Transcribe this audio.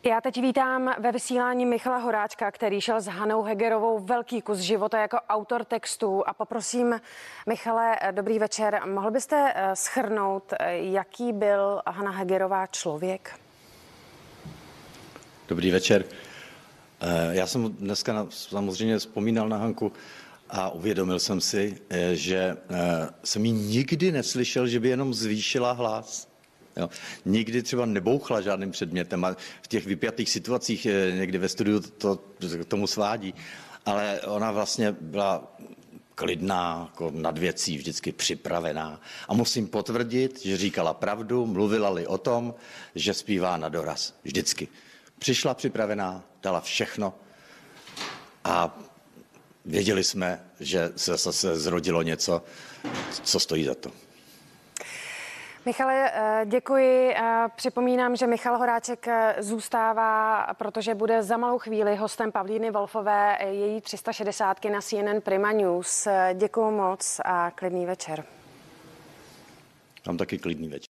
Já teď vítám ve vysílání Michala Horáčka, který šel s Hanou Hegerovou velký kus života jako autor textu. A poprosím, Michale, dobrý večer. Mohl byste shrnout, jaký byl Hana Hegerová člověk? Dobrý večer. Já jsem dneska samozřejmě vzpomínal na Hanku a uvědomil jsem si, že jsem ji nikdy neslyšel, že by jenom zvýšila hlas. Jo. Nikdy třeba nebouchla žádným předmětem a v těch vypjatých situacích někdy ve studiu to k tomu svádí. Ale ona vlastně byla klidná, jako nad věcí, vždycky připravená. A musím potvrdit, že říkala pravdu, mluvila-li o tom, že zpívá na doraz. Vždycky. Přišla připravená, dala všechno a věděli jsme, že se zase zrodilo něco, co stojí za to. Michale, děkuji. Připomínám, že Michal Horáček zůstává, protože bude za malou chvíli hostem Pavlíny Wolfové, její 360 na CNN Prima News. Děkuji moc a klidný večer. Mám taky klidný večer.